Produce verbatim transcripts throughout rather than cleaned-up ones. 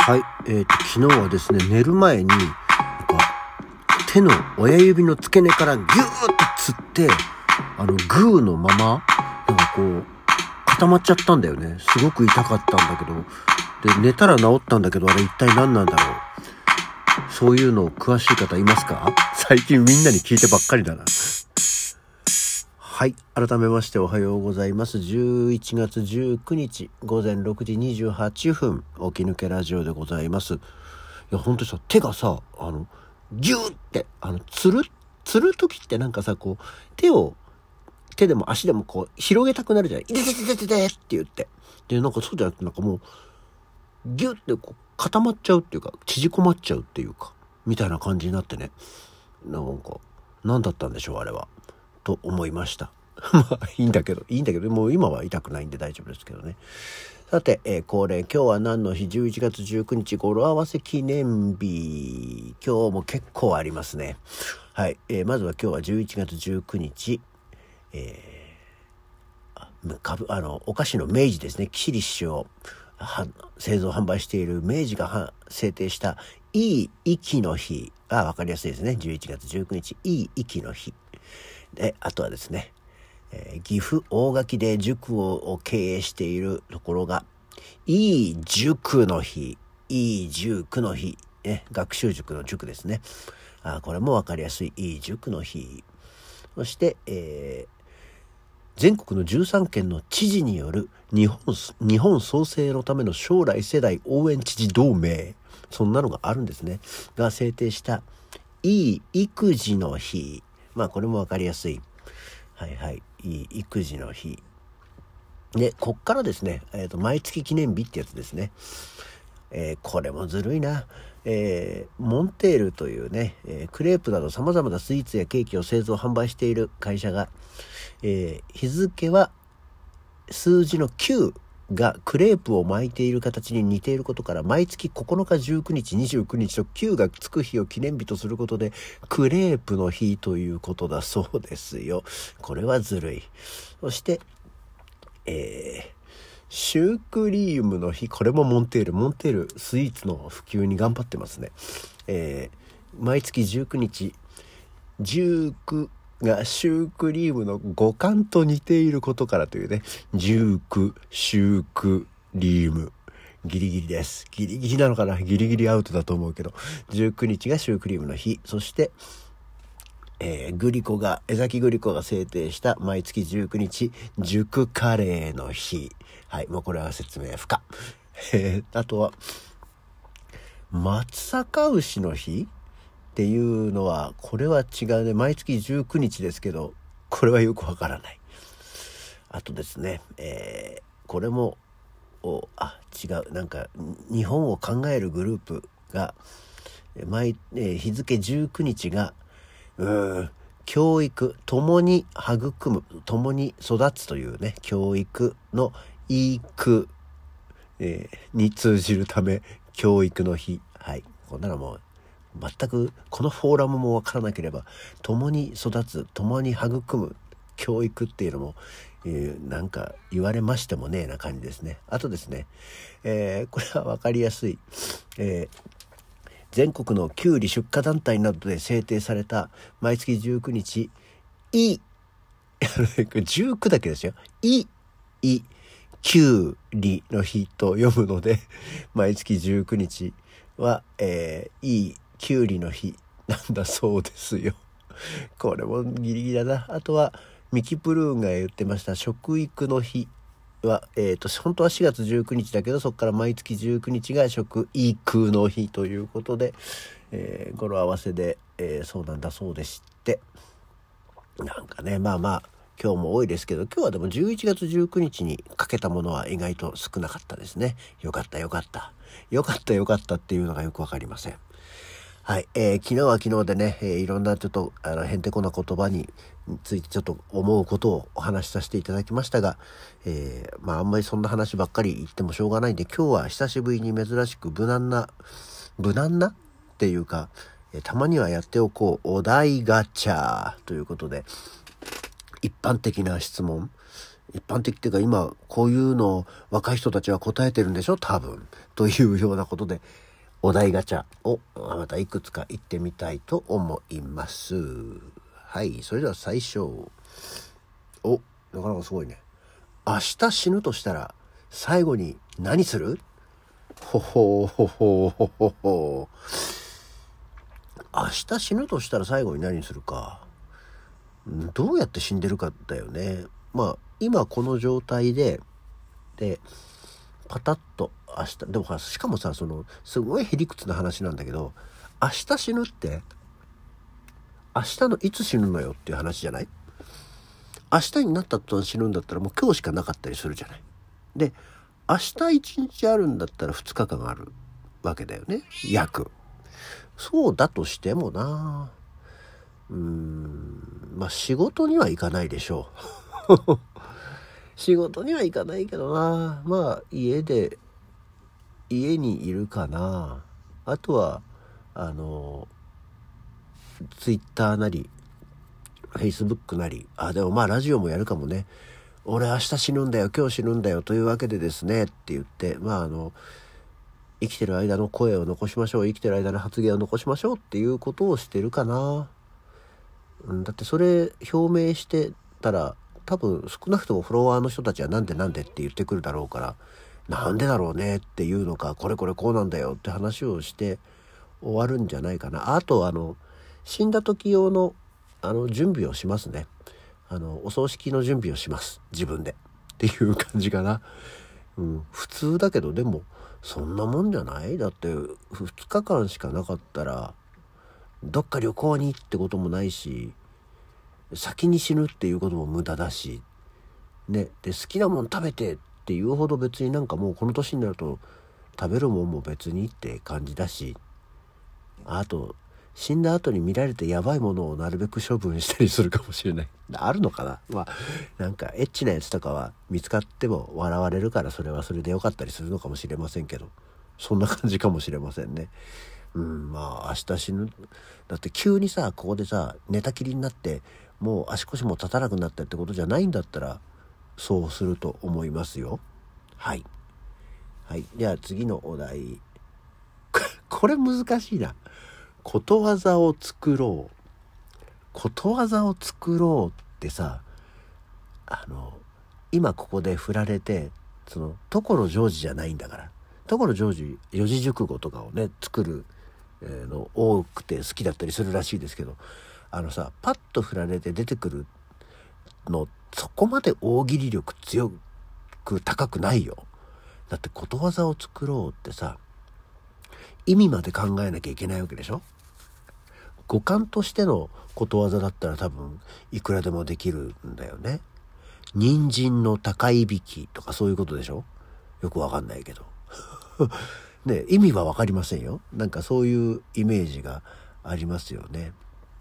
はい、えーと、昨日はですね、寝る前になんか手の親指の付け根からギューッとつってあのグーのままなんかこう固まっちゃったんだよね。すごく痛かったんだけど、で寝たら治ったんだけど、あれ一体何なんだろう。そういうの詳しい方いますか？最近みんなに聞いてばっかりだな。はい、改めましておはようございます。じゅういちがつじゅうくにちごぜんろくじにじゅうはっぷん、起き抜けラジオでございます。いやほんとさ、手がさあのギューってあのつるつる時ってなんかさ、こう手を手でも足でもこう広げたくなるじゃない。いててててててって言って、でなんかそうじゃなくて、なんかもうギュッてこう固まっちゃうっていうか、縮こまっちゃうっていうかみたいな感じになってね、なんか何だったんでしょうあれはと思いました。まあいいんだけどいいんだけどもう今は痛くないんで大丈夫ですけどね。さて、えー、恒例、今日は何の日？じゅういちがつじゅうくにち、語呂合わせ記念日。今日も結構ありますね。はい、えー、まずは今日はじゅういちがつじゅうくにち、えー、あ株あのお菓子の明治ですね。キシリッシュを製造販売している明治が制定したいい息の日が分かりやすいですね。じゅういちがつじゅうくにち、いい息の日で、あとはですね、えー、岐阜大垣で塾を経営しているところがいい塾の日、いい塾の日、ね、学習塾の塾ですね。あ、これも分かりやすい、いい塾の日。そして、えー、全国のじゅうさんけんの知事による日本、日本創生のための将来世代応援知事同盟、そんなのがあるんですね。が制定したいい育児の日。まあこれも分かりやすい。はいはい、いい育児の日で、こっからですね、えーと、毎月記念日ってやつですね。えー、これもずるいな。えー、モンテールというね、えー、クレープなど様々なスイーツやケーキを製造販売している会社が、えー、日付は数字のきゅうがクレープを巻いている形に似ていることから、毎月ここのかじゅうくにちにじゅうくにちときゅうがつく日を記念日とすることでクレープの日ということだそうですよ。これはずるい。そしてえー、シュークリームの日、これもモンテールモンテールスイーツの普及に頑張ってますね。えー、毎月じゅうくにち、じゅうくがシュークリームの語感と似ていることからというね、じゅうくシュークリーム、ギリギリです。ギリギリなのかな、ギリギリアウトだと思うけど、じゅうくにちがシュークリームの日。そしてえー、グリコが江崎グリコが制定した毎月じゅうくにち熟カレーの日。はい、もうこれは説明不可。えー、あとは松阪牛の日っていうのは、これは違うね。毎月じゅうくにちですけど、これはよくわからない。あとですね、えー、これもおあ違う、なんか日本を考えるグループが毎、えー、日付じゅうくにちがうーん教育、共に育む、共に育つというね、教育の育、えー、に通じるため教育の日。はい、こんなのもう全くこのフォーラムもわからなければ、共に育つ、共に育む教育っていうのも、えー、なんか言われましてもねえな感じですね。あとですね、えー、これはわかりやすい、えー全国のきゅうり出荷団体などで制定された毎月じゅうくにち、いじゅうくだけですよ。いいきゅうりの日と読むので、毎月じゅうくにちは、えー、いいきゅうりの日なんだそうですよ。これもギリギリだな。あとはミキプルーンが言ってました食育の日は、えーと、本当はしがつじゅうくにちだけど、そこから毎月じゅうくにちが食育の日ということで、えー、語呂合わせで、えー、そうなんだそうでして、なんかね、まあまあ今日も多いですけど、今日はでもじゅういちがつじゅうくにちにかけたものは意外と少なかったですね。よかったよかったよかったよかったっていうのがよくわかりません。はい、えー、昨日は昨日でね、えー、いろんなちょっとあのへんてこな言葉についてちょっと思うことをお話しさせていただきましたが、えー、まああんまりそんな話ばっかり言ってもしょうがないんで、今日は久しぶりに珍しく無難な無難なっていうか、えー、たまにはやっておこうお題ガチャということで、一般的な質問、 一般的っていうか今こういうの若い人たちは答えてるんでしょ多分というようなことでお題ガチャをまたいくつか言ってみたいと思います。はい、それでは最初。お、なかなかすごいね。明日死ぬとしたら最後に何する？ほほほほほほほ。明日死ぬとしたら最後に何するか。どうやって死んでるかだよね。まあ今この状態ででパタッと明日でもしかもさ、そのすごいへりくつな話なんだけど、明日死ぬって明日のいつ死ぬのよっていう話じゃない？明日になった途端死ぬんだったらもう今日しかなかったりするじゃない。で明日一日あるんだったらふつかかんあるわけだよね、約。そうだとしてもな、うーんまあ仕事には行かないでしょう仕事には行かないけどな、まあ家で家にいるかな。あとはあのツイッターなりフェイスブックなり、あでもまあラジオもやるかもね。俺明日死ぬんだよ、今日死ぬんだよというわけでですねって言って、まああの生きてる間の声を残しましょう、生きてる間の発言を残しましょうっていうことをしてるかな。うん、だってそれ表明してたら多分少なくともフォロワーの人たちはなんでなんでって言ってくるだろうから、なんでだろうねっていうのか、これこれこうなんだよって話をして終わるんじゃないかな。あとあの死んだ時用のあの準備をしますね。あのお葬式の準備をします自分でっていう感じかな。うん、普通だけどでもそんなもんじゃない？だってふつかかんしかなかったらどっか旅行にってこともないし、先に死ぬっていうことも無駄だしね。で好きなもん食べてっていうほど別になんかもうこの年になると食べるもんも別にって感じだし、あと死んだ後に見られてやばいものをなるべく処分したりするかもしれない。あるのかな。まあなんかエッチなやつとかは見つかっても笑われるからそれはそれでよかったりするのかもしれませんけど、そんな感じかもしれませんね。うんまあ明日死ぬだって急にさここでさ寝たきりになってもう足腰も立たなくなったってことじゃないんだったらそうすると思いますよ。はいはい、では次のお題これ難しいな。ことわざを作ろう。ことわざを作ろうってさ、あの今ここで振られてその所ジョージじゃないんだから、所ジョージ四字熟語とかをね作るの多くて好きだったりするらしいですけど、あのさパッと振られて出てくるのそこまで大喜利力強く高くないよ。だってことわざを作ろうってさ意味まで考えなきゃいけないわけでしょ。語感としてのことわざだったら多分いくらでもできるんだよね。人参の高いびきとかそういうことでしょ。よくわかんないけどね、意味はわかりませんよ。なんかそういうイメージがありますよね。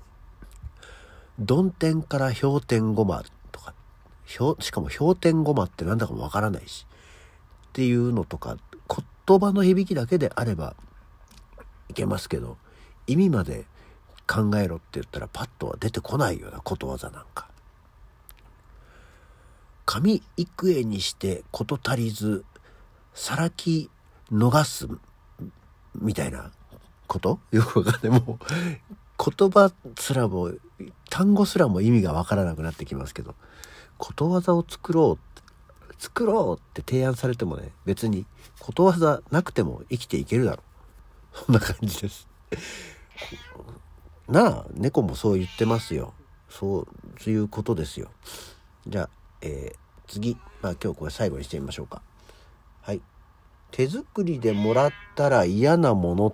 曇天から氷点ごまとか、しかも氷点ごまってなんだかもわからないしっていうのとか、言葉の響きだけであればいけますけど、意味まで考えろって言ったらパッとは出てこないようなことわざなんか。紙幾重にしてこと足りずさらき逃すみたいなことよくわかんない。もう言葉すらも単語すらも意味がわからなくなってきますけど、ことわざを作ろう作ろうって提案されてもね、別にことわざなくても生きていけるだろう。そんな感じですなあ。猫もそう言ってますよ。そうそういうことですよ。じゃあ、えー、次、まあ今日これ最後にしてみましょうか。はい。手作りでもらったら嫌なものって、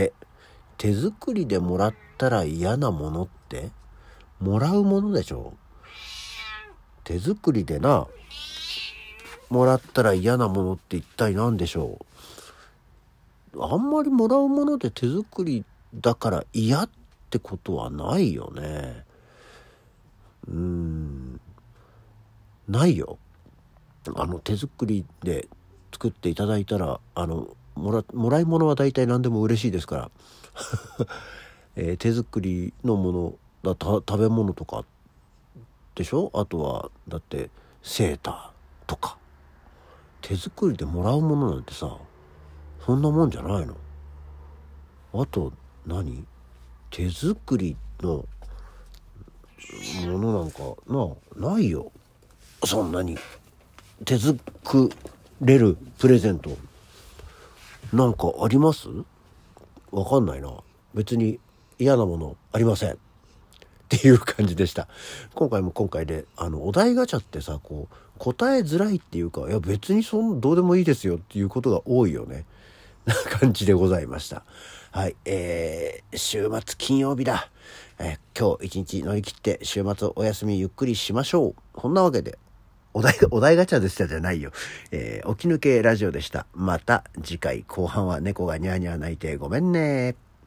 手作りでもらったら嫌なものってもらうものでしょ。手作りでなもらったら嫌なものって一体何でしょう。あんまりもらうもので手作りだから嫌ってことはないよね。うーんないよ。あの手作りで作っていただいたらあのもら、もらい物は大体何でも嬉しいですから、えー、手作りのものだた食べ物とかでしょ。あとはだってセーターとか。手作りでもらうものなんてさ、そんなもんじゃないの？あと何？手作りのものなんかな、ないよ。そんなに手作れるプレゼントなんかあります？わかんないな。別に嫌なものありませんっていう感じでした。今回も今回で、あのお題ガチャってさ、こう答えづらいっていうか、いや別にそんどうでもいいですよっていうことが多いよね。な感じでございました。はい、えー、週末金曜日だ。えー、今日一日乗り切って週末お休みゆっくりしましょう。こんなわけで、お題、お題ガチャでしたじゃないよ。えー、起き抜けラジオでした。また次回後半は猫がニャーニャー泣いてごめんね。